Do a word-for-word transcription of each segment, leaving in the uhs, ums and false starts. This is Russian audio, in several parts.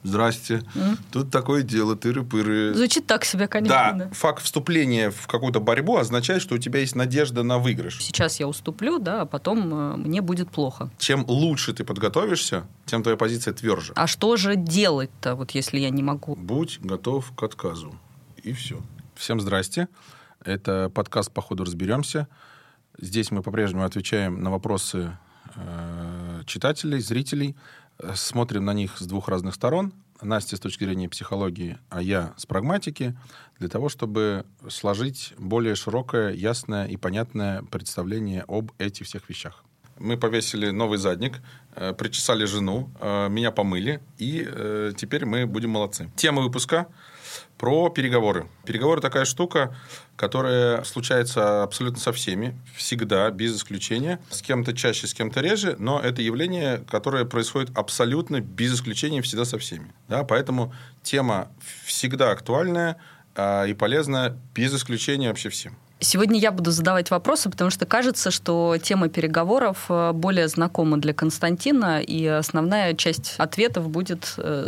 Здрасте. Mm. Тут такое дело, тыры-пыры. Звучит так себе, конечно. Да. да. Факт вступления в какую-то борьбу означает, что у тебя есть надежда на выигрыш. Сейчас я уступлю, да, а потом мне будет плохо. Чем лучше ты подготовишься, тем твоя позиция тверже. А что же делать-то, вот если я не могу? Будь готов к отказу. И все. Всем здрасте. Это подкаст «По ходу разберемся». Здесь мы по-прежнему отвечаем на вопросы э, читателей, зрителей. Смотрим на них с двух разных сторон. Настя с точки зрения психологии, а я с прагматики, для того, чтобы сложить более широкое, ясное и понятное представление об этих всех вещах. Мы повесили новый задник, э, причесали жену, э, меня помыли, и э, теперь мы будем молодцы. Тема выпуска про переговоры. Переговоры такая штука, которая случается абсолютно со всеми, всегда, без исключения. С кем-то чаще, с кем-то реже, но это явление, которое происходит абсолютно без исключения, всегда со всеми. Да? Поэтому тема всегда актуальная э, и полезная, без исключения вообще всем. Сегодня я буду задавать вопросы, потому что кажется, что тема переговоров более знакома для Константина, и основная часть ответов будет э,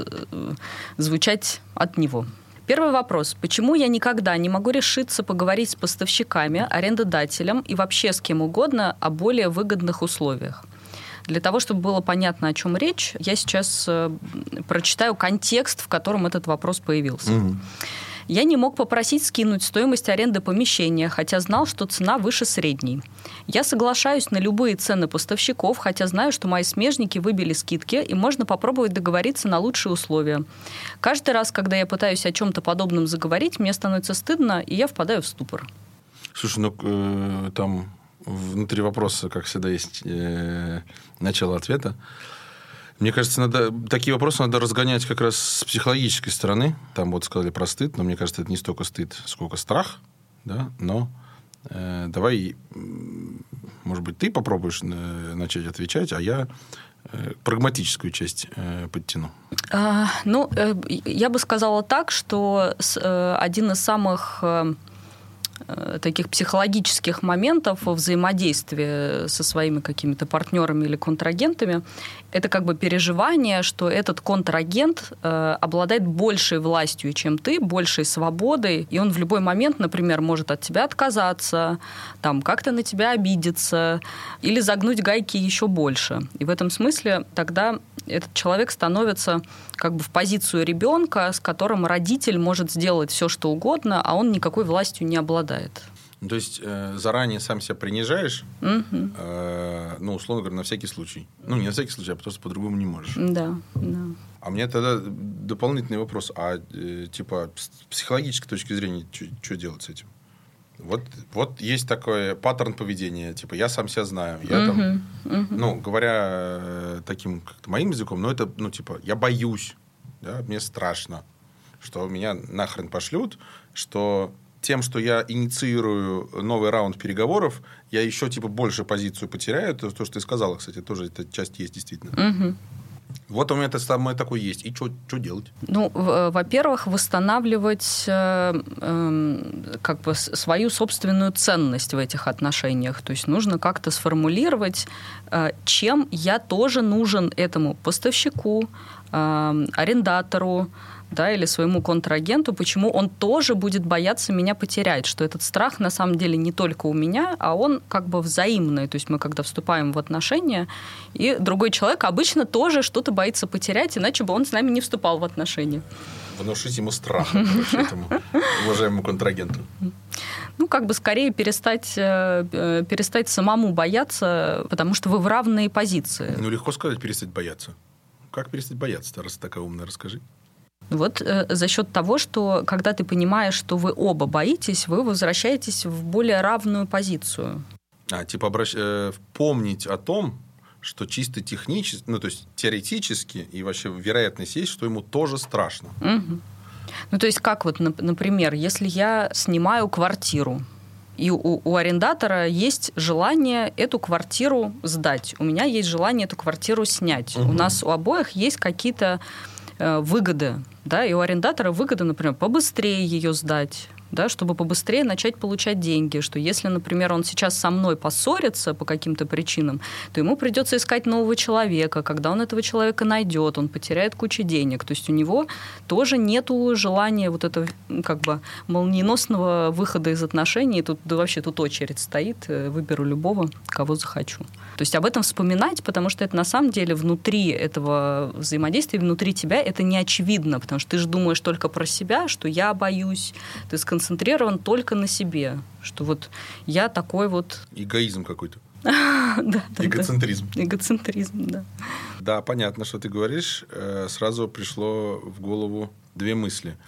звучать от него. Первый вопрос. Почему я никогда не могу решиться поговорить с поставщиками, арендодателем и вообще с кем угодно о более выгодных условиях? Для того, чтобы было понятно, о чем речь, я сейчас э, прочитаю контекст, в котором этот вопрос появился. Mm-hmm. Я не мог попросить скинуть стоимость аренды помещения, хотя знал, что цена выше средней. Я соглашаюсь на любые цены поставщиков, хотя знаю, что мои смежники выбили скидки, и можно попробовать договориться на лучшие условия. Каждый раз, когда я пытаюсь о чем-то подобном заговорить, мне становится стыдно, и я впадаю в ступор. Слушай, ну э, там внутри вопроса, как всегда, есть э, начало ответа. Мне кажется, надо, такие вопросы надо разгонять как раз с психологической стороны. Там вот сказали про стыд, но мне кажется, это не столько стыд, сколько страх. Да? Но э, давай, может быть, ты попробуешь э, начать отвечать, а я э, прагматическую часть э, подтяну. А, ну, э, я бы сказала так, что с, э, один из самых... Э, таких психологических моментов взаимодействия со своими какими-то партнерами или контрагентами, это как бы переживание, что этот контрагент э, обладает большей властью, чем ты, большей свободой, и он в любой момент, например, может от тебя отказаться, там, как-то на тебя обидеться или загнуть гайки еще больше. И в этом смысле тогда этот человек становится как бы в позицию ребенка, с которым родитель может сделать все, что угодно, а он никакой властью не обладает. То есть э, заранее сам себя принижаешь, угу. э, ну, условно говоря, на всякий случай. Ну, не на всякий случай, а просто по-другому не можешь. Да, да. А мне тогда дополнительный вопрос. А, э, типа, с психологической точки зрения, что делать с этим? Вот, вот есть такой паттерн поведения. Типа, я сам себя знаю. Я угу. там, угу. ну, говоря таким как-то моим языком, ну, это, ну, типа, я боюсь, да, мне страшно, что меня нахрен пошлют, что... Тем, что я инициирую новый раунд переговоров, я еще типа больше позицию потеряю. То, то что ты сказала, кстати, тоже эта часть есть действительно. Угу. Вот у меня это самое такое есть. И что делать? Ну, во-первых, восстанавливать э, э, как бы свою собственную ценность в этих отношениях. То есть нужно как-то сформулировать, э, чем я тоже нужен этому поставщику, э, арендатору, да, или своему контрагенту, почему он тоже будет бояться меня потерять, что этот страх на самом деле не только у меня, а он как бы взаимный. То есть мы когда вступаем в отношения, и другой человек обычно тоже что-то боится потерять, иначе бы он с нами не вступал в отношения. Внушить ему страх, короче, этому уважаемому контрагенту. Ну, как бы скорее перестать, перестать самому бояться, потому что вы в равной позиции. Ну, легко сказать, перестать бояться. Как перестать бояться-то, раз ты такая умная, расскажи. Вот э, за счет того, что когда ты понимаешь, что вы оба боитесь, вы возвращаетесь в более равную позицию. А, типа обращ... э, помнить о том, что чисто технически, ну, то есть теоретически и вообще вероятность есть, что ему тоже страшно. Угу. Ну, то есть как вот, например, если я снимаю квартиру, и у, у арендатора есть желание эту квартиру сдать, у меня есть желание эту квартиру снять. Угу. У нас у обоих есть какие-то э, выгоды, да, и у арендатора выгода, например, побыстрее ее сдать, да, чтобы побыстрее начать получать деньги, что если, например, он сейчас со мной поссорится по каким-то причинам, то ему придется искать нового человека. Когда он этого человека найдет, он потеряет кучу денег. То есть у него тоже нету желания вот этого как бы молниеносного выхода из отношений. Тут да, вообще тут очередь стоит, выберу любого, кого захочу. То есть об этом вспоминать, потому что это на самом деле внутри этого взаимодействия, внутри тебя это не очевидно, потому что ты же думаешь только про себя, что я боюсь, ты сконцентрирован только на себе, что вот я такой вот... Эгоизм какой-то. Да, Эгоцентризм. Да. Эгоцентризм, да. Да, понятно, что ты говоришь. Сразу пришло в голову две мысли.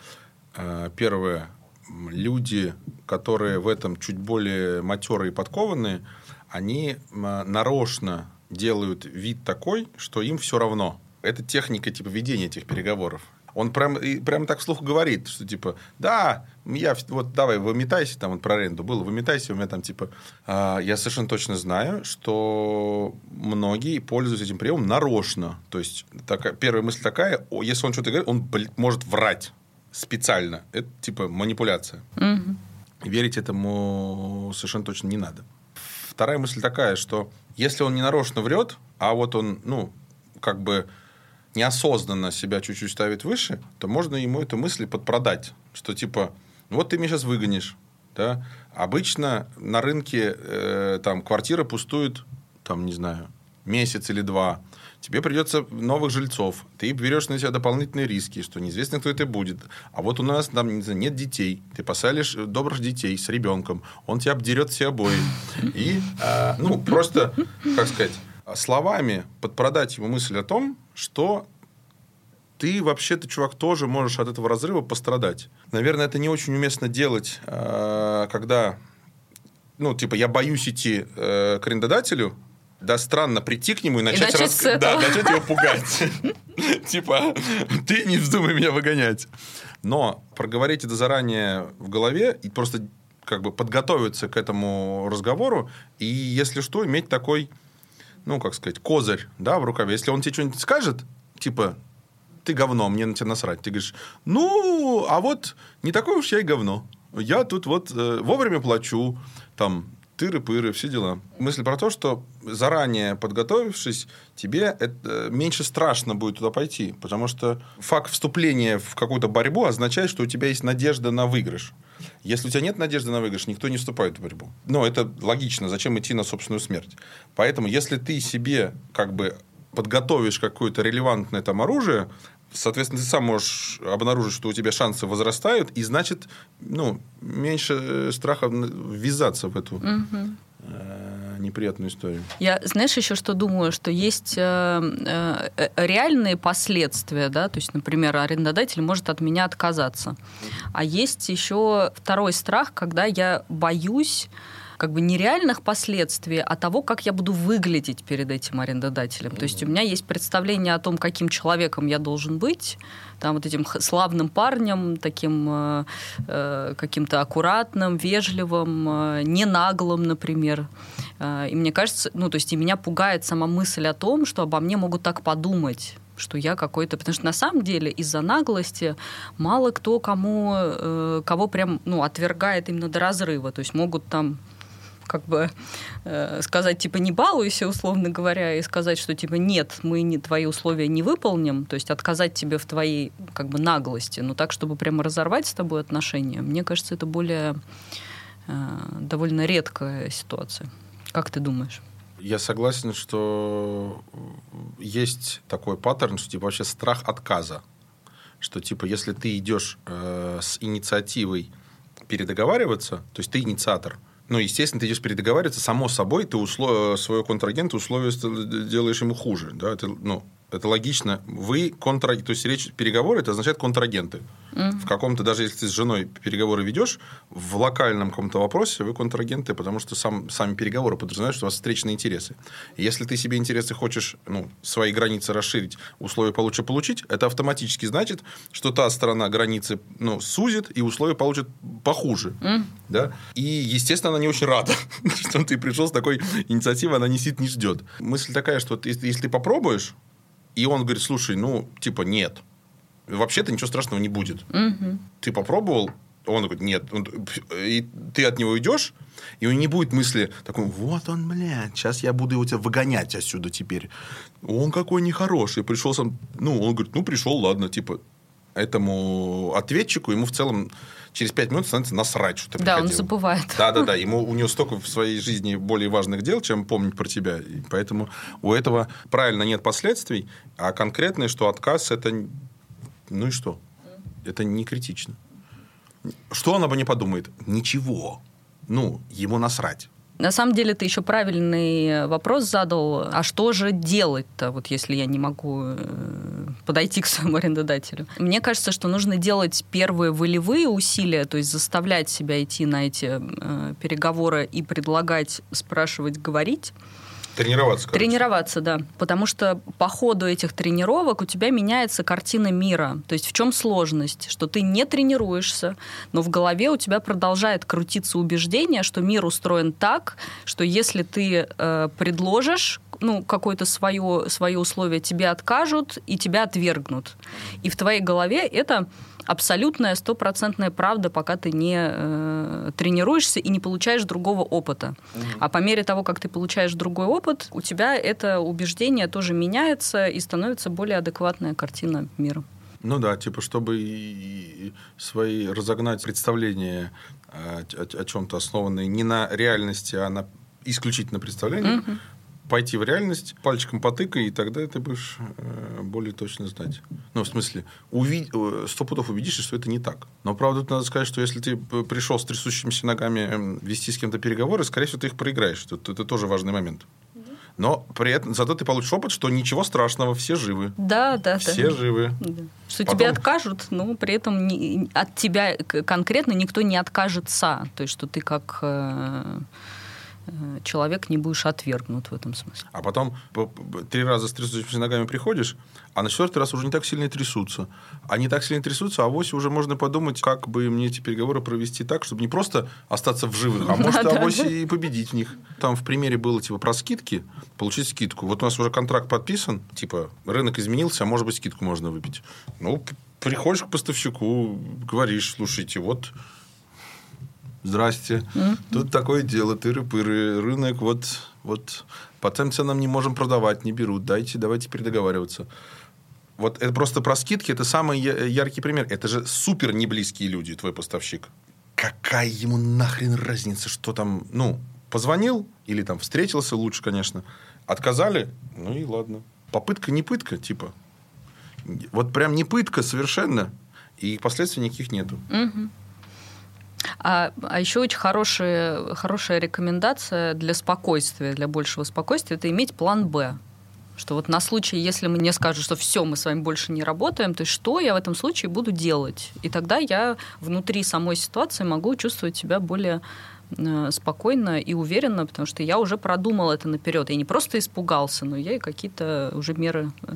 Первое. Люди, которые в этом чуть более матерые и подкованные, они нарочно делают вид такой, что им все равно. Это техника типа ведения этих переговоров. Он прям, прям так вслух говорит, что типа, да, я вот давай выметайся, там вот про аренду было, выметайся, у меня там типа... А, я совершенно точно знаю, что многие пользуются этим приемом нарочно. То есть, такая, первая мысль такая, если он что-то говорит, он блин, может врать специально. Это типа манипуляция. Угу. Верить этому совершенно точно не надо. Вторая мысль такая, что если он не нарочно врет, а вот он, ну, как бы... неосознанно себя чуть-чуть ставит выше, то можно ему эту мысль подпродать, что типа, вот ты меня сейчас выгонишь. Да? Обычно на рынке э, там, квартира пустует, там, не знаю, месяц или два. Тебе придется новых жильцов. Ты берешь на себя дополнительные риски, что неизвестно, кто это будет. А вот у нас там не знаю, нет детей. Ты посадишь добрых детей с ребенком. Он тебя обдерет все обои. И, э, ну, просто, как сказать, словами подпродать ему мысль о том, что ты вообще-то, чувак, тоже можешь от этого разрыва пострадать. Наверное, это не очень уместно делать, когда, ну, типа, я боюсь идти к арендодателю, да, странно прийти к нему и начать, и начать, рас... да, начать его пугать. Типа, ты не вздумай меня выгонять. Но проговорить это заранее в голове и просто как бы подготовиться к этому разговору, и, если что, иметь такой... ну, как сказать, козырь, да, в рукаве. Если он тебе что-нибудь скажет, типа, ты говно, мне на тебя насрать. Ты говоришь, ну, а вот не такое уж я и говно. Я тут вот э, вовремя плачу, там, тыры-пыры, все дела. Мысль про то, что заранее подготовившись, тебе это, меньше страшно будет туда пойти. Потому что факт вступления в какую-то борьбу означает, что у тебя есть надежда на выигрыш. Если у тебя нет надежды на выигрыш, никто не вступает в борьбу. Ну, это логично. Зачем идти на собственную смерть? Поэтому, если ты себе как бы подготовишь какое-то релевантное там оружие, соответственно, ты сам можешь обнаружить, что у тебя шансы возрастают, и, значит, ну, меньше страха ввязаться в эту... Угу. неприятную историю. Я, знаешь, еще что думаю, что есть э, э, реальные последствия, да, то есть, например, арендодатель может от меня отказаться. А есть еще второй страх, когда я боюсь как бы не реальных последствий, а того, как я буду выглядеть перед этим арендодателем. То есть у меня есть представление о том, каким человеком я должен быть, там вот этим славным парнем, таким э, э, каким-то аккуратным, вежливым, э, не наглым, например. Э, и мне кажется, ну, то есть и меня пугает сама мысль о том, что обо мне могут так подумать, что я какой-то... Потому что на самом деле из-за наглости мало кто кому, э, кого прям ну, отвергает именно до разрыва. То есть могут там как бы э, сказать, типа, не балуйся, условно говоря, и сказать, что, типа, нет, мы не, твои условия не выполним, то есть отказать тебе в твоей, как бы, наглости, но так, чтобы прямо разорвать с тобой отношения, мне кажется, это более э, довольно редкая ситуация. Как ты думаешь? Я согласен, что есть такой паттерн, что, типа, вообще страх отказа, что, типа, если ты идешь э, с инициативой передоговариваться, то есть ты инициатор, ну, естественно, ты идешь передоговариваться, само собой, ты услов... своего контрагента условия делаешь ему хуже. Да? Это, ну, это логично. Вы контрагенты, то есть речь переговоры, это означает контрагенты. Mm-hmm. В каком-то, даже если ты с женой переговоры ведешь, в локальном каком-то вопросе вы контрагенты, потому что сам, сами переговоры подразумевают, что у вас встречные интересы. И если ты себе интересы хочешь, ну, свои границы расширить, условия получше получить, это автоматически значит, что та сторона границы, ну, сузит, и условия получат похуже. Mm-hmm. Да? И, естественно, она не очень рада, что ты пришел с такой инициативой, она не сидит, не ждет. Мысль такая, что если, если ты попробуешь, и он говорит, слушай, ну, типа, нет. Вообще-то ничего страшного не будет. Угу. Ты попробовал, Он говорит, нет. И ты от него идешь, и у него не будет мысли такой, вот он, блядь, сейчас я буду его тебя выгонять отсюда теперь. Он какой нехороший. Пришел сам, ну, он говорит, ну, пришел, ладно, типа, этому ответчику ему в целом через пять минут становится насрать, что ты да, приходил. Он забывает. Да-да-да, ему, у него столько в своей жизни более важных дел, чем помнить про тебя. И поэтому у этого правильно нет последствий, а конкретное, что отказ, это, ну и что? Это не критично. Что он обо мне подумает? Ничего. Ну, ему насрать. На самом деле, ты еще правильный вопрос задал. А что же делать-то, вот если я не могу подойти к своему арендодателю? Мне кажется, что нужно делать первые волевые усилия, то есть заставлять себя идти на эти э, переговоры и предлагать, спрашивать, говорить. Тренироваться, короче. Тренироваться, да. Потому что по ходу этих тренировок у тебя меняется картина мира. То есть в чем сложность? Что ты не тренируешься, но в голове у тебя продолжает крутиться убеждение, что мир устроен так, что если ты э, предложишь ну, какое-то свое, свое условие, тебе откажут и тебя отвергнут. И в твоей голове это абсолютная стопроцентная правда, пока ты не э, тренируешься и не получаешь другого опыта. Mm-hmm. А по мере того, как ты получаешь другой опыт, у тебя это убеждение тоже меняется и становится более адекватная картина мира. Ну да, типа, чтобы и свои разогнать представления о, о, о чем-то, основанные не на реальности, а на исключительно представлениях, mm-hmm. пойти в реальность, пальчиком потыкай, и тогда ты будешь э, более точно знать. Ну, в смысле, увид... сто пудов убедишься, что это не так. Но, правда, тут надо сказать, что если ты пришел с трясущимися ногами вести с кем-то переговоры, скорее всего, ты их проиграешь. Это, это тоже важный момент. Но при этом зато ты получишь опыт, что ничего страшного, все живы. Да, да, все да. живы. Да. Что Потом... тебе откажут, но при этом не... от тебя конкретно никто не откажется. То есть, что ты как... Э... человек не будешь отвергнут в этом смысле. А потом три раза с трясущимися ногами приходишь, а на четвертый раз уже не так сильно трясутся. А не так сильно трясутся, а авось уже можно подумать, как бы мне эти переговоры провести так, чтобы не просто остаться в живых, а может авось и победить в них. Там в примере было типа про скидки, получить скидку. Вот у нас уже контракт подписан, типа рынок изменился, а может быть скидку можно выпить. Ну, приходишь к поставщику, говоришь, слушайте, вот... Здрасте. Mm-hmm. Тут такое дело, тыры-пыры, рынок, вот, вот по тем ценам не можем продавать, не берут. Дайте, давайте теперь договариваться. Вот это просто про скидки, это самый яркий пример. Это же супер неблизкие люди, твой поставщик. Какая ему нахрен разница, что там, ну, позвонил или там встретился, лучше, конечно. Отказали, ну и ладно. Попытка не пытка, типа. Вот прям не пытка совершенно, и последствий никаких нету. Mm-hmm. А, а еще очень хорошая, хорошая рекомендация для спокойствия, для большего спокойствия, это иметь план «Б». Что вот на случай, если мне скажут, что все, мы с вами больше не работаем, то есть что я в этом случае буду делать? И тогда я внутри самой ситуации могу чувствовать себя более э, спокойно и уверенно, потому что я уже продумал это наперед. Я не просто испугался, но я и какие-то уже меры э,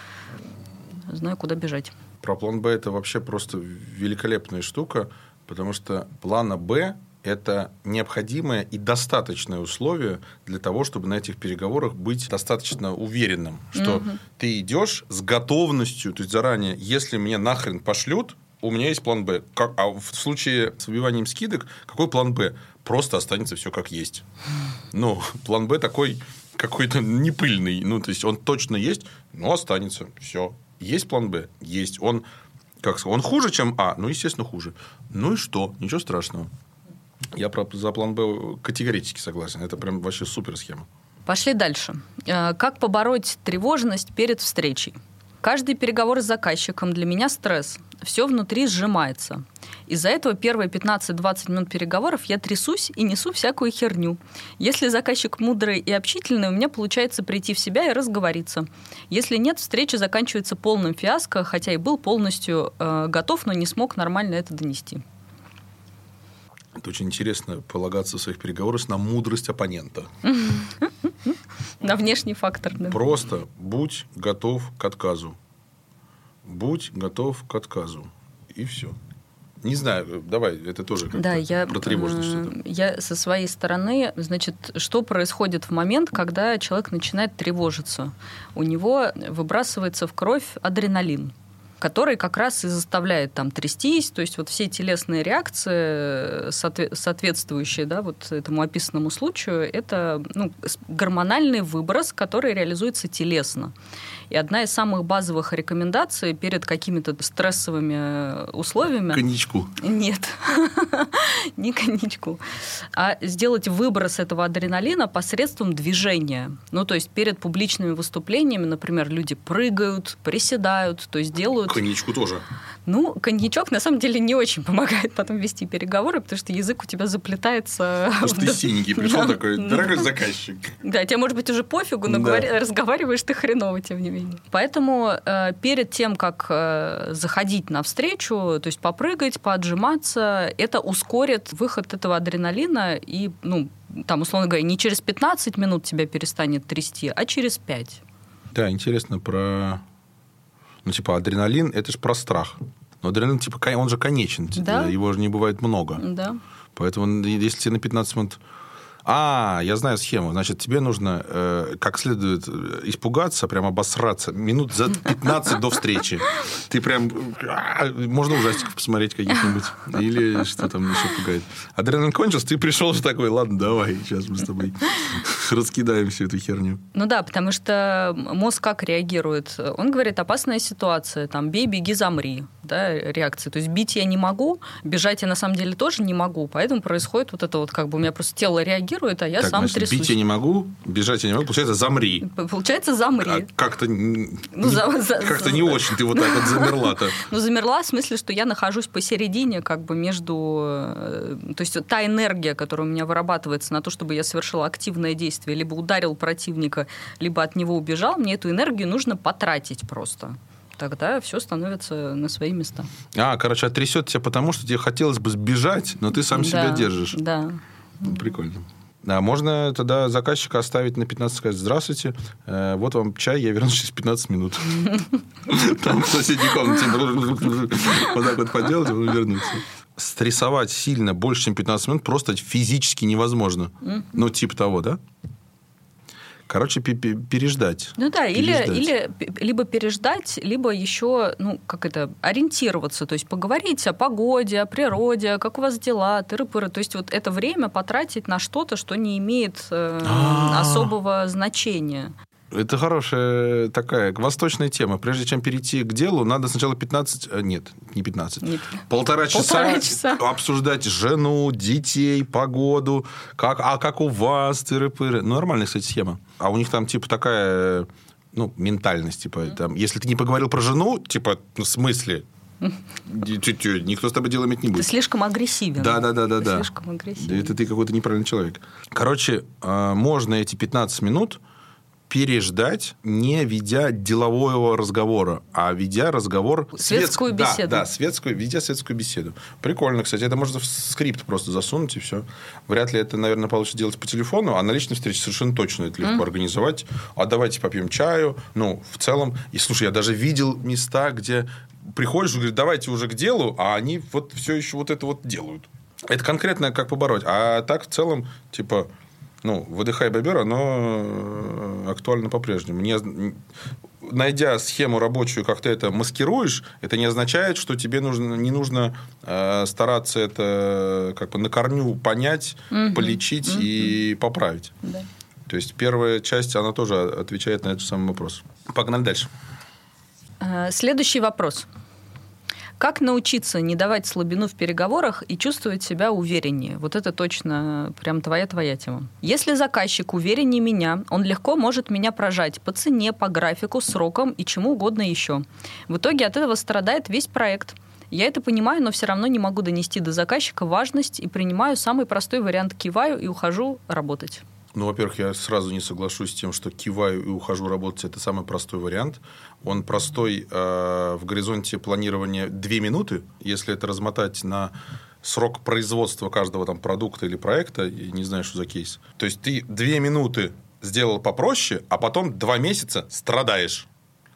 знаю, куда бежать. Про план «Б» это вообще просто великолепная штука. Потому что плана «Б» – это необходимое и достаточное условие для того, чтобы на этих переговорах быть достаточно уверенным, что угу. ты идешь с готовностью, то есть заранее, если мне нахрен пошлют, у меня есть план «Б». Как, а в случае с выбиванием скидок, какой план «Б»? Просто останется все как есть. Ну, план «Б» такой какой-то непыльный. Ну, то есть, он точно есть, но останется. Все. Есть план «Б»? Есть. Он... Как сказать, он хуже, чем А? Ну, естественно, хуже. Ну и что? Ничего страшного. Я про, за план Б категорически согласен. Это прям вообще супер схема. Пошли дальше. Как побороть тревожность перед встречей? Каждый переговор с заказчиком для меня стресс. Все внутри сжимается. Из-за этого первые пятнадцать-двадцать минут переговоров я трясусь и несу всякую херню. Если заказчик мудрый и общительный, у меня получается прийти в себя и разговориться. Если нет, встреча заканчивается полным фиаско, хотя и был полностью э, готов, но не смог нормально это донести. Это очень интересно, полагаться в своих переговорах на мудрость оппонента. На внешний фактор. Просто будь готов к отказу. Будь готов к отказу. И все. Не знаю, давай, это тоже как-то да, я, про тревожность что-то. Я со своей стороны, значит, что происходит в момент, когда человек начинает тревожиться? У него выбрасывается в кровь адреналин, который как раз и заставляет там трястись, то есть вот все телесные реакции, соответствующие, да, вот этому описанному случаю, это, ну, гормональный выброс, который реализуется телесно. И одна из самых базовых рекомендаций перед какими-то стрессовыми условиями... Коньячку. Нет, не коньячку. А сделать выброс этого адреналина посредством движения. Ну, то есть перед публичными выступлениями, например, люди прыгают, приседают, то есть делают... Коньячку тоже. Ну, коньячок, на самом деле, не очень помогает потом вести переговоры, потому что язык у тебя заплетается... Потому что ты синенький пришел такой, дорогой заказчик. Да, тебе, может быть, уже пофигу, но разговариваешь ты хреново, тем не менее. Поэтому перед тем, как заходить навстречу, то есть попрыгать, поотжиматься, это ускорит выход этого адреналина, и, ну, там, условно говоря, не через пятнадцать минут тебя перестанет трясти, а через пять. Да, интересно про... Ну, типа, адреналин – это же про страх. Но адреналин, типа, он же конечен. Да? Его же не бывает много. Да. Поэтому, если тебе на пятнадцать минут... А, я знаю схему. Значит, тебе нужно э, как следует испугаться, прям обосраться минут за пятнадцать до встречи. Ты прям... Можно ужастиков посмотреть каких-нибудь. Или что там еще пугает. Адреналин кончился, ты пришел же такой, ладно, давай, сейчас мы с тобой раскидаем всю эту херню. Ну да, потому что мозг как реагирует? Он говорит, опасная ситуация, там, бей, беги, замри. Да, реакция. То есть бить я не могу, бежать я на самом деле тоже не могу, поэтому происходит вот это вот, как бы у меня просто тело реагирует, а я так, сам значит, трясусь. Бить я не могу, бежать я не могу, получается замри. Получается замри. А как-то, ну, не, за, за, как-то за, не очень ты вот так вот замерла-то. Ну, замерла в смысле, что я нахожусь посередине, как бы между... То есть та энергия, которая у меня вырабатывается на то, чтобы я совершила активное действие, либо ударил противника, либо от него убежал, мне эту энергию нужно потратить просто. Тогда все становится на свои места. А, короче, отрясет тебя потому, что тебе хотелось бы сбежать, но ты сам да, себя держишь. Да. Ну, прикольно. А можно тогда заказчика оставить на пятнадцать, сказать, здравствуйте, э, вот вам чай, я вернусь через пятнадцать минут. Там в соседней комнате вот так вот поделать, и вернуться. Стрессовать сильно больше, чем пятнадцать минут просто физически невозможно. Ну, типа того, да? Короче, переждать. Ну да, переждать. Или, или либо переждать, либо еще, ну, как это, ориентироваться, то есть поговорить о погоде, о природе, как у вас дела, тыры-пыры. То есть вот это время потратить на что-то, что не имеет э, особого значения. Это хорошая такая восточная тема. Прежде чем перейти к делу, надо сначала пятнадцать... Нет, не пятнадцать. Нет. Полтора, Полтора часа, часа обсуждать жену, детей, погоду. Как, а как у вас, тыры-пыры. Ну, нормальная, кстати, схема. А у них там, типа, такая... Ну, ментальность, типа... Mm. Там, если ты не поговорил про жену, типа, в смысле... Никто с тобой дело иметь не будет. Ты слишком агрессивен. Да, да, да, да. Ты да. слишком агрессивен. Да, это ты какой-то неправильный человек. Короче, можно эти пятнадцать минут... переждать, не ведя делового разговора, а ведя разговор... Светскую светск... беседу. Да, да, светскую, ведя светскую беседу. Прикольно, кстати. Это можно в скрипт просто засунуть, и все. Вряд ли это, наверное, получится делать по телефону, а на личной встрече совершенно точно это легко mm. организовать. А давайте попьем чаю. Ну, в целом... И, слушай, я даже видел места, где приходишь и говоришь, давайте уже к делу, а они вот все еще вот это вот делают. Это конкретно как побороть. А так, в целом, типа... Ну, «Выдыхай, бобер», оно актуально по-прежнему. Не, найдя схему рабочую, как ты это маскируешь, это не означает, что тебе нужно, не нужно э, стараться это как бы на корню понять, угу. полечить угу. и поправить. Да. То есть, первая часть, она тоже отвечает на этот самый вопрос. Погнали дальше. Следующий вопрос. Как научиться не давать слабину в переговорах и чувствовать себя увереннее? Вот это точно прям твоя-твоя тема. Если заказчик увереннее меня, он легко может меня прожать по цене, по графику, срокам и чему угодно еще. В итоге от этого страдает весь проект. Я это понимаю, но все равно не могу донести до заказчика важность и принимаю самый простой вариант, киваю и ухожу работать. Ну, во-первых, я сразу не соглашусь с тем, что киваю и ухожу работать – это самый простой вариант. Он простой э, в горизонте планирования две минуты. Если это размотать на срок производства каждого там продукта или проекта, я не знаю, что за кейс. То есть, ты две минуты сделал попроще, а потом два месяца страдаешь.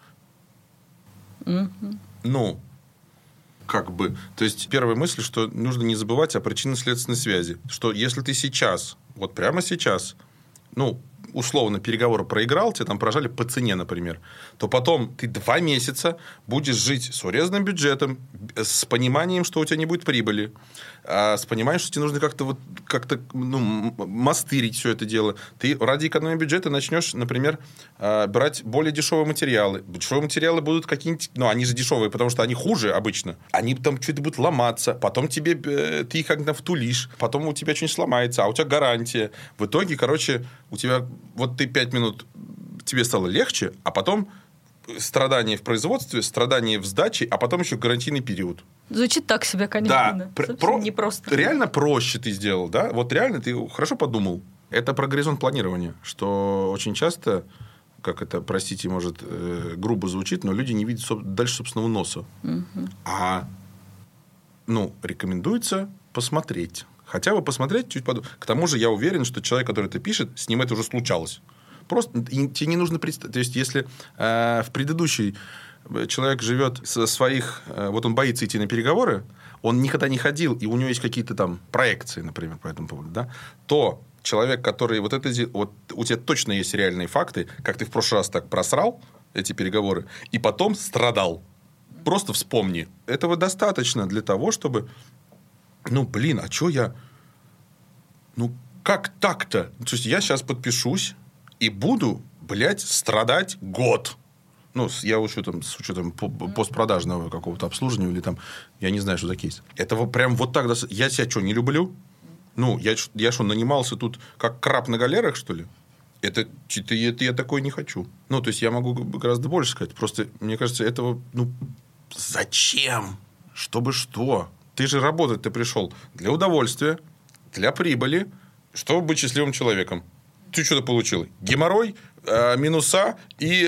Mm-hmm. Ну, как бы. То есть, первая мысль, что нужно не забывать о причинно-следственной связи. Что если ты сейчас, вот прямо сейчас... Ну, условно переговоры проиграл, тебе там прожали по цене, например, то потом ты два месяца будешь жить с урезанным бюджетом, с пониманием, что у тебя не будет прибыли, с пониманием, что тебе нужно как-то, вот, как-то ну, мастырить все это дело. Ты ради экономии бюджета начнешь, например, брать более дешевые материалы. Дешевые материалы будут какие-нибудь... Ну, они же дешевые, потому что они хуже обычно. Они там что-то будут ломаться. Потом тебе... Ты их как-то втулишь. Потом у тебя что-нибудь сломается. А у тебя гарантия. В итоге, короче, у тебя... Вот ты пять минут... Тебе стало легче, а потом... Страдания в производстве, страдания в сдаче, а потом еще гарантийный период. Звучит так себе, конечно. Да, про- не просто. Реально проще ты сделал, да? Вот реально ты хорошо подумал. Это про горизонт планирования, что очень часто, как это, простите, может, э, грубо звучит, но люди не видят соб- дальше собственного носа. Угу. А, ну, рекомендуется посмотреть. Хотя бы посмотреть, чуть подумать. К тому же я уверен, что человек, который это пишет, с ним это уже случалось. Просто тебе не нужно представить. То есть, если э, в предыдущий человек живет со своих... Э, вот он боится идти на переговоры, он никогда не ходил, и у него есть какие-то там проекции, например, по этому поводу, да, то человек, который... Вот это... Вот у тебя точно есть реальные факты, как ты в прошлый раз так просрал эти переговоры, и потом страдал. Просто вспомни. Этого достаточно для того, чтобы... Ну, блин, а что я... Ну, как так-то? То есть, я сейчас подпишусь, и буду, блядь, страдать год. Ну, я учетом, с учетом постпродажного какого-то обслуживания или там, я не знаю, что за кейс. Это вот прям вот так... Я себя что, не люблю? Ну, я, я что, нанимался тут как краб на галерах, что ли? Это, это, это я такое не хочу. Ну, то есть, я могу гораздо больше сказать. Просто, мне кажется, этого... Ну, зачем? Чтобы что? Ты же работать-то пришел для удовольствия, для прибыли, чтобы быть счастливым человеком. Ты что-то получил? Геморрой, э, минуса и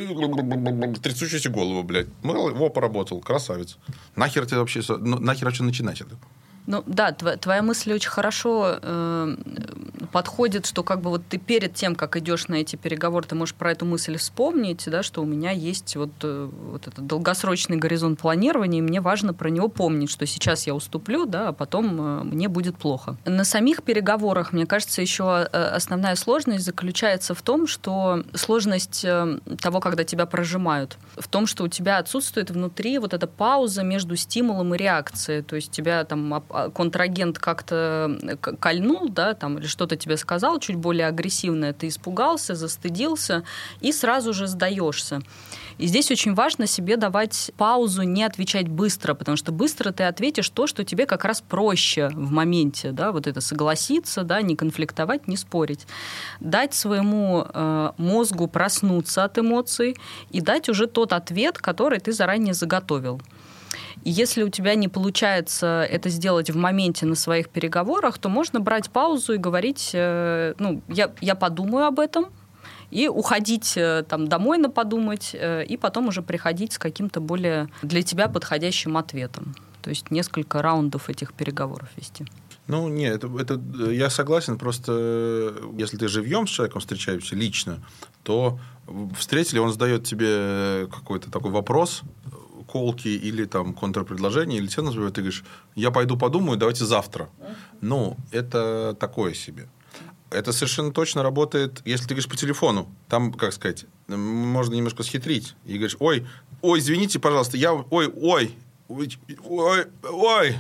э, трясущаяся голова, блядь. Во, поработал. Красавец. Нахер ты вообще... Ну, нахер вообще начинать это? Ну да, тв- твоя мысль очень хорошо э, подходит, что как бы вот ты перед тем, как идешь на эти переговоры, ты можешь про эту мысль вспомнить, да, что у меня есть вот, э, вот этот долгосрочный горизонт планирования, и мне важно про него помнить, что сейчас я уступлю, да, а потом э, мне будет плохо. На самих переговорах, мне кажется, еще основная сложность заключается в том, что сложность э, того, когда тебя прожимают, в том, что у тебя отсутствует внутри вот эта пауза между стимулом и реакцией, то есть тебя там контрагент как-то кольнул, да, там, или что-то тебе сказал, чуть более агрессивное, ты испугался, застыдился и сразу же сдаешься. И здесь очень важно себе давать паузу, не отвечать быстро, потому что быстро ты ответишь то, что тебе как раз проще в моменте, да, вот это согласиться, да, не конфликтовать, не спорить. Дать своему э, мозгу проснуться от эмоций и дать уже тот ответ, который ты заранее заготовил. И если у тебя не получается это сделать в моменте на своих переговорах, то можно брать паузу и говорить, э, ну, я, я подумаю об этом, и уходить э, там, домой на подумать, э, и потом уже приходить с каким-то более для тебя подходящим ответом. То есть несколько раундов этих переговоров вести. Ну, нет, это, это я согласен, просто если ты живьем с человеком встречаешься лично, то встретили, он задает тебе какой-то такой вопрос, колки или там контрпредложение, или тебе называют, ты говоришь, я пойду подумаю, давайте завтра. Ну, это такое себе. Это совершенно точно работает, если ты говоришь по телефону. Там, как сказать, можно немножко схитрить. И говоришь, ой, ой, извините, пожалуйста, я, ой, ой, ой, ой, ой,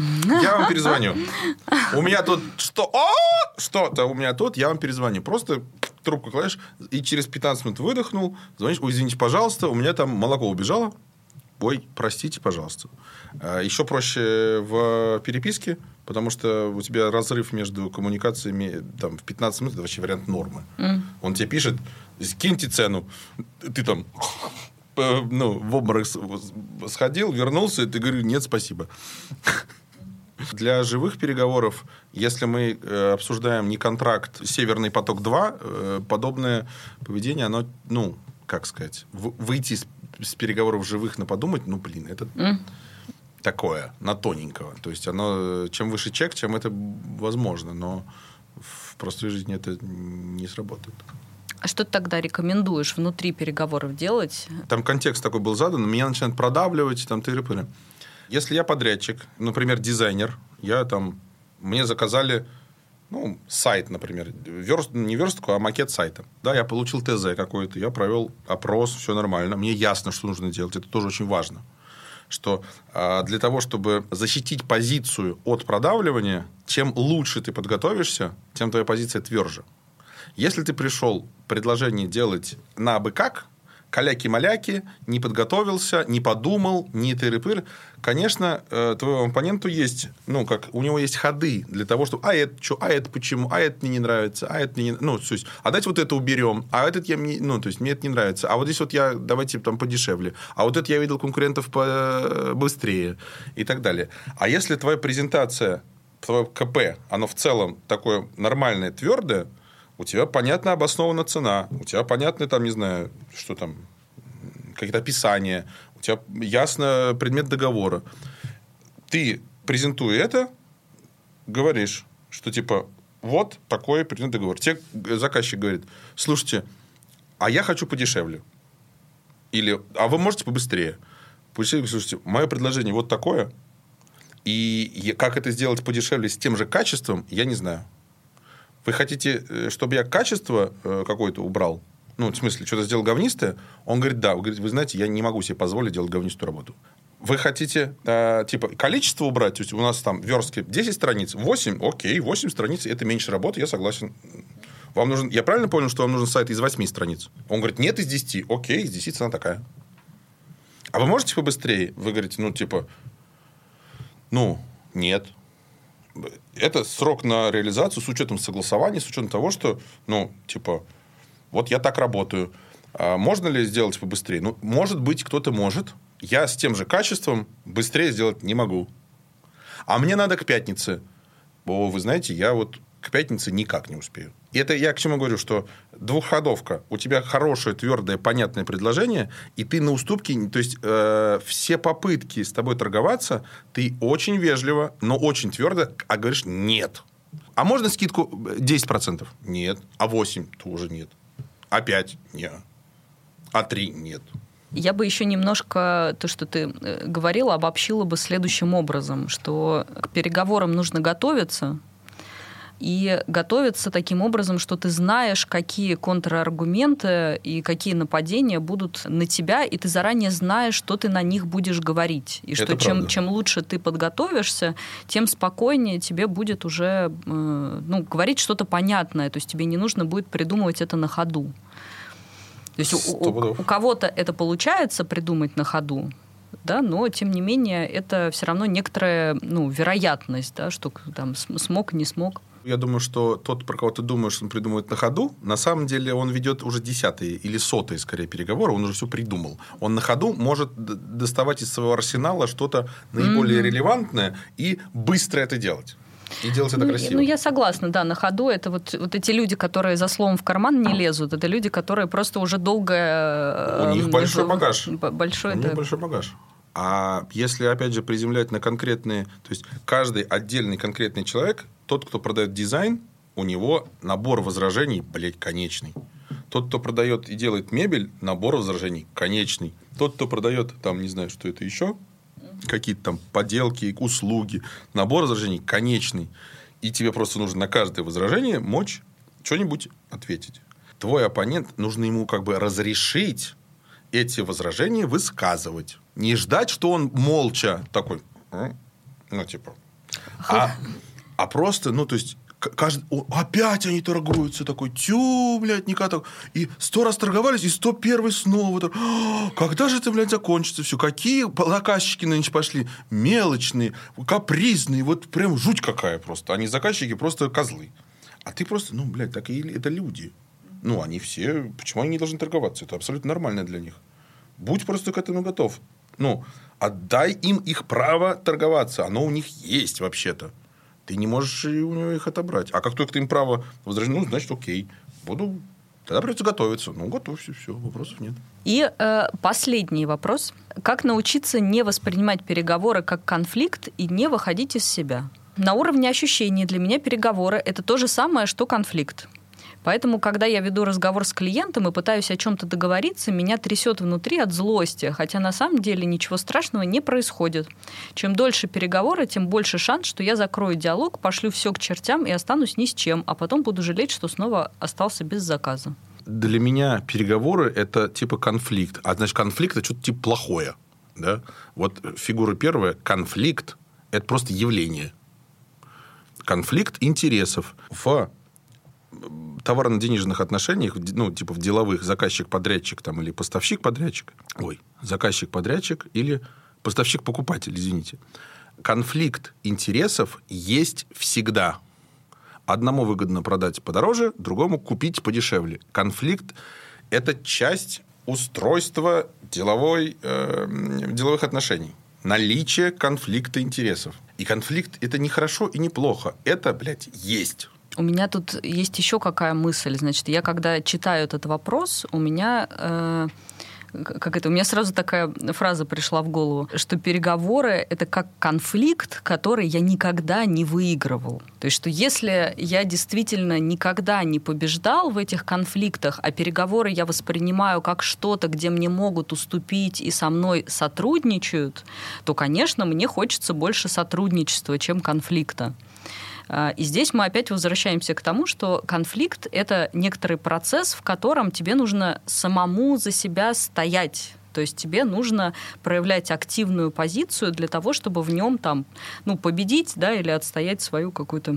я вам перезвоню. У меня тут что? О, что-то у меня тут, я вам перезвоню. Просто трубку кладешь, и через пятнадцать минут выдохнул, звонишь, ой, извините, пожалуйста, у меня там молоко убежало. Ой, простите, пожалуйста. Еще проще в переписке, потому что у тебя разрыв между коммуникациями там, в пятнадцать минут, это вообще вариант нормы. Mm. Он тебе пишет, скиньте цену. Ты там ну, в обморок сходил, вернулся, и ты говоришь, нет, спасибо. Для живых переговоров, если мы обсуждаем не контракт «Северный поток-два», подобное поведение, оно, ну, как сказать, выйти из с переговоров живых на подумать, ну, блин, это mm. такое, на тоненького. То есть, оно, чем выше чек, чем это возможно. Но в простой жизни это не сработает. А что ты тогда рекомендуешь внутри переговоров делать? Там контекст такой был задан, меня начинают продавливать, там тыры-пыры. Если я подрядчик, например, дизайнер, я там, мне заказали, ну, сайт, например, верст, не верстку, а макет сайта. Да, я получил ТЗ какой-то, я провел опрос, все нормально, мне ясно, что нужно делать, это тоже очень важно. Что э, для того, чтобы защитить позицию от продавливания, чем лучше ты подготовишься, тем твоя позиция тверже. Если ты пришел предложение делать на абы как, каляки-маляки, не подготовился, не подумал, не тыры-пыры, конечно, э, твоему оппоненту есть, ну, как, у него есть ходы для того, чтобы, а это что, а это почему, а это мне не нравится, а это мне не ну, то есть, а давайте вот это уберем, а этот я мне, ну, то есть, мне это не нравится, а вот здесь вот я, давайте там подешевле, а вот это я видел конкурентов побыстрее и так далее. А если твоя презентация, твое КП, оно в целом такое нормальное, твердое, у тебя понятно обоснована цена, у тебя понятно, там, не знаю, что там, какие-то описания, у тебя ясно предмет договора. Ты, презентуя это, говоришь, что типа вот такой предмет договора. Тебе заказчик говорит, слушайте, а я хочу подешевле. Или, а вы можете побыстрее. Слушайте, мое предложение вот такое, и как это сделать подешевле с тем же качеством, я не знаю. Вы хотите, чтобы я качество какое-то убрал? Ну, в смысле, что-то сделал говнистое? Он говорит, да. Вы говорите, вы знаете, я не могу себе позволить делать говнистую работу. Вы хотите, э, типа, количество убрать? То есть, у нас там в верстке десять страниц, восемь, окей, восемь страниц, это меньше работы, я согласен. Вам нужен, я правильно понял, что вам нужен сайт из восьми страниц? Он говорит, нет, из десяти. Окей, из десяти цена такая. А вы можете побыстрее? Вы говорите, ну, типа, ну, нет. Это срок на реализацию с учетом согласования, с учетом того, что, ну, типа, вот я так работаю. А можно ли сделать побыстрее? Ну, может быть, кто-то может. Я с тем же качеством быстрее сделать не могу. А мне надо к пятнице. О, вы знаете, я вот к пятнице никак не успею. И это я к чему говорю, что двухходовка. У тебя хорошее, твердое, понятное предложение, и ты на уступки, то есть, э, все попытки с тобой торговаться, ты очень вежливо, но очень твердо, а говоришь нет. А можно скидку десять процентов? Нет. А восемь процентов? Тоже нет. А пять процентов? Нет. А три процента? Нет. Я бы еще немножко то, что ты говорила, обобщила бы следующим образом, что к переговорам нужно готовиться, и готовиться таким образом, что ты знаешь, какие контраргументы и какие нападения будут на тебя, и ты заранее знаешь, что ты на них будешь говорить. И это что чем, чем лучше ты подготовишься, тем спокойнее тебе будет уже э, ну, говорить что-то понятное. То есть тебе не нужно будет придумывать это на ходу. То есть у, у, у кого-то это получается придумать на ходу, да, но, тем не менее, это все равно некоторая ну, вероятность, да, что там смог, не смог. Я думаю, что тот, про кого ты думаешь, он придумывает на ходу, на самом деле он ведет уже десятые или сотые, скорее, переговоры, он уже все придумал. Он на ходу может доставать из своего арсенала что-то наиболее mm-hmm. релевантное и быстро это делать. И делать это ну, красиво. Ну, я согласна, да, на ходу это вот, вот эти люди, которые за словом в карман не лезут, это люди, которые просто уже долго... У них большой багаж. Большой, У да. них большой багаж. А если, опять же, приземлять на конкретные... То есть, каждый отдельный конкретный человек, тот, кто продает дизайн, у него набор возражений, блядь, конечный. Тот, кто продает и делает мебель, набор возражений конечный. Тот, кто продает, там, не знаю, что это еще, какие-то там поделки, услуги, набор возражений конечный. И тебе просто нужно на каждое возражение мочь что-нибудь ответить. Твой оппонент, нужно ему как бы разрешить эти возражения высказывать. Не ждать, что он молча такой, ну, типа... А, а просто, ну, то есть... Каждый, о, опять они торгуются, такой, тю, блядь, никак так. И сто раз торговались, и сто первый снова. Так, когда же это, блядь, закончится все? Какие заказчики нынче пошли? Мелочные, капризные, вот прям жуть какая просто. Они заказчики просто козлы. А ты просто, ну, блядь, так и это люди. Ну, они все, почему они не должны торговаться? Это абсолютно нормально для них. Будь просто к этому готов. Ну, отдай им их право торговаться. Оно у них есть вообще-то. Ты не можешь у него их отобрать. А как только ты им право возражать, ну, значит, окей. Буду... Тогда придется готовиться. Ну, готовься, все, вопросов нет. И э, последний вопрос. Как научиться не воспринимать переговоры как конфликт и не выходить из себя? На уровне ощущений для меня переговоры – это то же самое, что конфликт. Поэтому, когда я веду разговор с клиентом и пытаюсь о чем-то договориться, меня трясет внутри от злости, хотя на самом деле ничего страшного не происходит. Чем дольше переговоры, тем больше шанс, что я закрою диалог, пошлю все к чертям и останусь ни с чем, а потом буду жалеть, что снова остался без заказа. Для меня переговоры – это типа конфликт. А значит, конфликт – это что-то типа плохое. Да? Вот фигура первая – конфликт – это просто явление. Конфликт интересов. В товарно-денежных отношениях, ну, типа в деловых, заказчик-подрядчик там, или поставщик-подрядчик, ой, заказчик-подрядчик или поставщик-покупатель, извините. Конфликт интересов есть всегда. Одному выгодно продать подороже, другому купить подешевле. Конфликт – это часть устройства деловой, э, деловых отношений. Наличие конфликта интересов. И конфликт – это не хорошо и не плохо. Это, блядь, есть. У меня тут есть еще какая мысль. Значит, я когда читаю этот вопрос, у меня... Э... Как это? У меня сразу такая фраза пришла в голову, что переговоры — это как конфликт, который я никогда не выигрывал. То есть, что если я действительно никогда не побеждал в этих конфликтах, а переговоры я воспринимаю как что-то, где мне могут уступить и со мной сотрудничают, то, конечно, мне хочется больше сотрудничества, чем конфликта. И здесь мы опять возвращаемся к тому, что конфликт — это некоторый процесс, в котором тебе нужно самому за себя стоять. То есть тебе нужно проявлять активную позицию для того, чтобы в нем там, ну, победить, да, или отстоять свою какую-то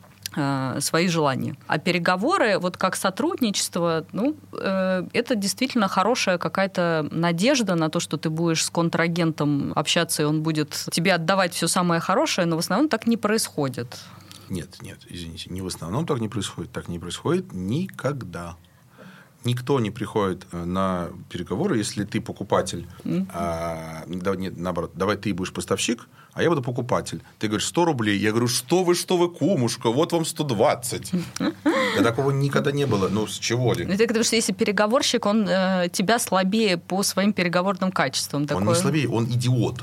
э, свои желания. А переговоры, вот как сотрудничество, ну, э, это действительно хорошая какая-то надежда на то, что ты будешь с контрагентом общаться, и он будет тебе отдавать все самое хорошее, но в основном так не происходит. Нет, нет, извините, не в основном так не происходит. Так не происходит никогда. Никто не приходит на переговоры, если ты покупатель. Mm-hmm. А, да, нет, наоборот, давай ты будешь поставщик, а я буду покупатель. Ты говоришь сто рублей. Я говорю, что вы, что вы, кумушка, вот вам сто двадцать. Да такого никогда не было. Ну, с чего ли? Ну, это потому что если переговорщик, он э, тебя слабее по своим переговорным качествам. Он такое... не слабее, он идиот.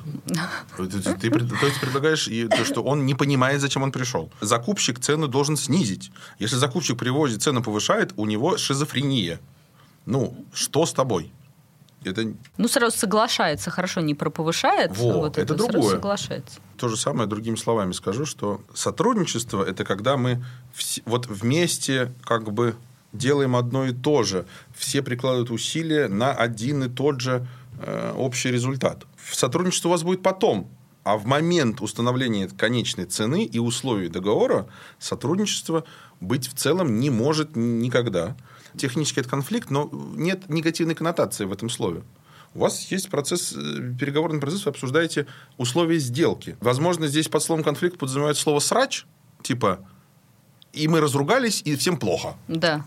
Ты, то есть, предлагаешь, что он не понимает, зачем он пришел. Закупщик цену должен снизить. Если закупщик привозит, цену повышает, у него шизофрения. Ну, что с тобой? Это... Ну, сразу соглашается. Хорошо, не про повышает. Во, вот это, это другое. Сразу соглашается. То же самое, другими словами скажу, что сотрудничество – это когда мы вс- вот вместе как бы делаем одно и то же. Все прикладывают усилия на один и тот же э, общий результат. Сотрудничество у вас будет потом. А в момент установления конечной цены и условий договора сотрудничество быть в целом не может никогда. Технически это конфликт, но нет негативной коннотации в этом слове. У вас есть процесс, переговорный процесс, вы обсуждаете условия сделки. Возможно, здесь под словом конфликт подразумевает слово «срач», типа «и мы разругались, и всем плохо». Да.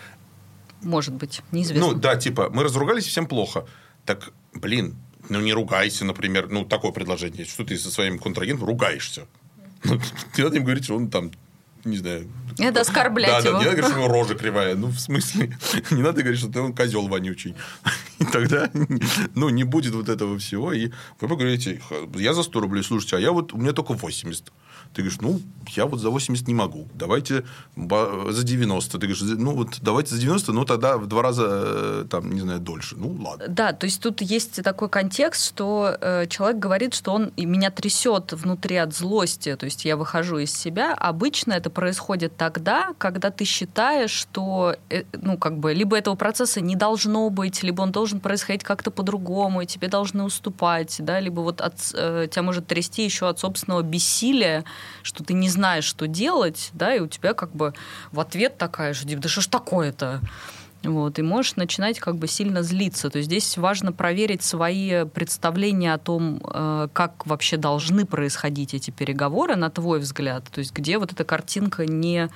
Может быть, неизвестно. Ну, да, типа «мы разругались, и всем плохо». Так, блин, ну, не ругайся, например. Ну, такое предложение. Что ты со своим контрагентом ругаешься? Не надо им говорить, что он там... Не знаю. Это оскорблять да, его. Да, не надо говорить, что у него рожа кривая. Ну, в смысле, не надо говорить, что он козел вонючий. И тогда, ну, не будет вот этого всего. И вы поговорите, я за сто рублей, слушайте, а я вот, у меня только восемьдесят. Ты говоришь, ну, я вот за восемьдесят не могу. Давайте за девяносто. Ты говоришь, ну, вот давайте за девяносто, но тогда в два раза, там, не знаю, дольше. Ну, ладно. Да, то есть тут есть такой контекст, что э, человек говорит, что он меня трясет внутри от злости, то есть я выхожу из себя. Обычно это происходит тогда, когда ты считаешь, что, э, ну, как бы, либо этого процесса не должно быть, либо он должен происходить как-то по-другому, и тебе должны уступать, да, либо вот от, э, тебя может трясти еще от собственного бессилия, что ты не знаешь, что делать, да, и у тебя как бы в ответ такая же, да что ж такое-то? Вот, и можешь начинать как бы сильно злиться. То есть здесь важно проверить свои представления о том, как вообще должны происходить эти переговоры, на твой взгляд. То есть где вот эта картинка не,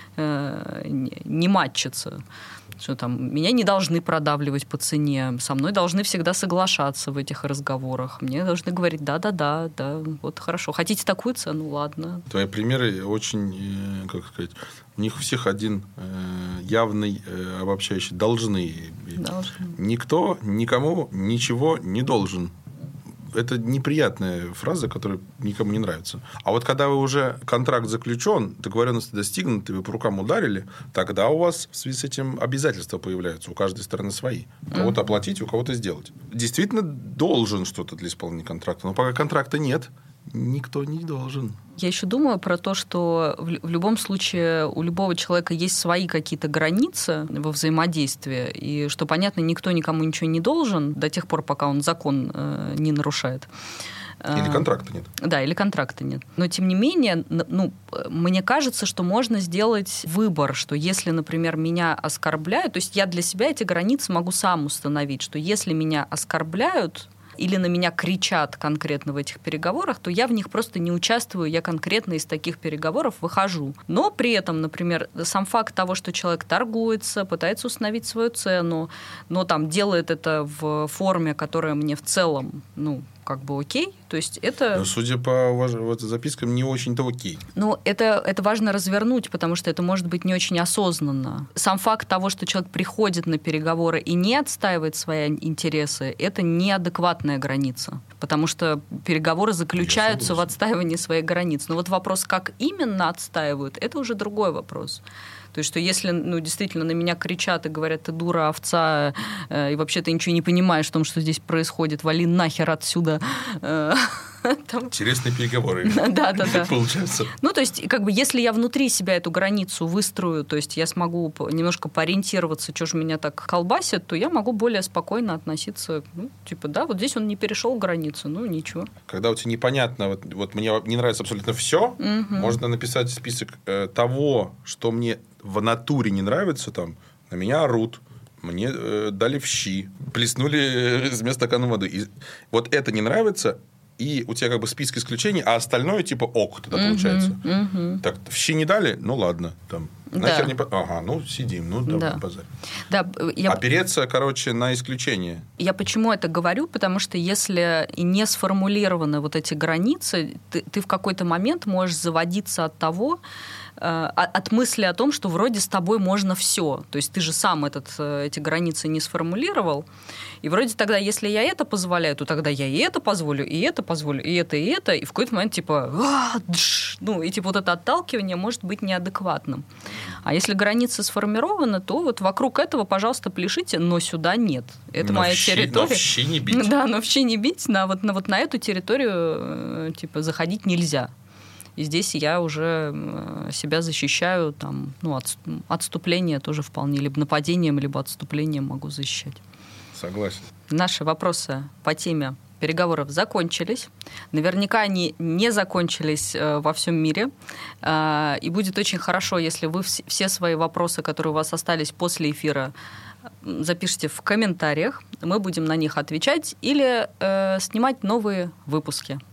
не матчится. Что там, меня не должны продавливать по цене, со мной должны всегда соглашаться в этих разговорах. Мне должны говорить, да-да-да, да, вот хорошо. Хотите такую цену? Ладно. Твои примеры очень, как сказать, у них у всех один явный, обобщающий. Должны. Должны. Никто никому ничего не должен. это неприятная фраза, которая никому не нравится. А вот когда вы уже контракт заключен, договоренности достигнуты, вы по рукам ударили, тогда у вас в связи с этим обязательства появляются. У каждой стороны свои. У кого-то оплатить, у кого-то сделать. Действительно должен что-то для исполнения контракта. Но пока контракта нет, никто не должен. Я еще думаю про то, что в любом случае у любого человека есть свои какие-то границы во взаимодействии, и что, понятно, никто никому ничего не должен до тех пор, пока он закон э, не нарушает. Или контракта нет. Да, или контракта нет. Но, тем не менее, ну, мне кажется, что можно сделать выбор, что если, например, меня оскорбляют, то есть я для себя эти границы могу сам установить, что если меня оскорбляют, или на меня кричат конкретно в этих переговорах, то я в них просто не участвую, я конкретно из таких переговоров выхожу. Но при этом, например, сам факт того, что человек торгуется, пытается установить свою цену, но там делает это в форме, которая мне в целом, ну, как бы окей, то есть это... Но, судя по вот, запискам, не очень-то окей. Ну, это, это важно развернуть, потому что это может быть не очень осознанно. Сам факт того, что человек приходит на переговоры и не отстаивает свои интересы, это неадекватная граница, потому что переговоры заключаются в отстаивании своих границ. Но вот вопрос, как именно отстаивают, это уже другой вопрос. То есть, что если, ну, действительно на меня кричат и говорят, ты дура, овца, э, и вообще ты ничего не понимаешь в том, что здесь происходит, вали нахер отсюда. Там... Интересные переговоры. Да, да, да. Получается. Ну, то есть, как бы, если я внутри себя эту границу выстрою, то есть я смогу немножко поориентироваться, что же меня так колбасит, то я могу более спокойно относиться, ну, типа, да, вот здесь он не перешел границу, ну, ничего. Когда у тебя непонятно, вот, вот мне не нравится абсолютно все, угу. Можно написать список э, того, что мне в натуре не нравится, там, на меня орут, мне э, дали в щи, плеснули вместо стакана воды. И вот это не нравится, и у тебя как бы список исключений, а остальное типа ок тогда uh-huh, получается. Uh-huh. Так, в щи не дали? Ну, ладно. Там, нахер да. не... Ага, ну, сидим, ну, давай, да. базарь. Да, я... Опереться, короче, на исключение. Я почему это говорю? Потому что если и не сформулированы вот эти границы, ты, ты в какой-то момент можешь заводиться от того, от мысли о том, что вроде с тобой можно все. То есть ты же сам этот, эти границы не сформулировал. И вроде тогда, если я это позволяю, то тогда я и это позволю, и это позволю, и это, и это. И в какой-то момент типа... Ну, и типа вот это отталкивание может быть неадекватным. А если границы сформированы, то вот вокруг этого, пожалуйста, пляшите, но сюда нет. Это но моя щи, территория. Но в щи не бить. Да, но в щи не бить. На, вот, на, вот на эту территорию типа заходить нельзя. И здесь я уже себя защищаю, там, ну, от, отступление тоже вполне, либо нападением, либо отступлением могу защищать. Согласен. Наши вопросы по теме переговоров закончились. Наверняка они не закончились во всем мире. И будет очень хорошо, если вы все свои вопросы, которые у вас остались после эфира, запишите в комментариях. Мы будем на них отвечать или э, снимать новые выпуски.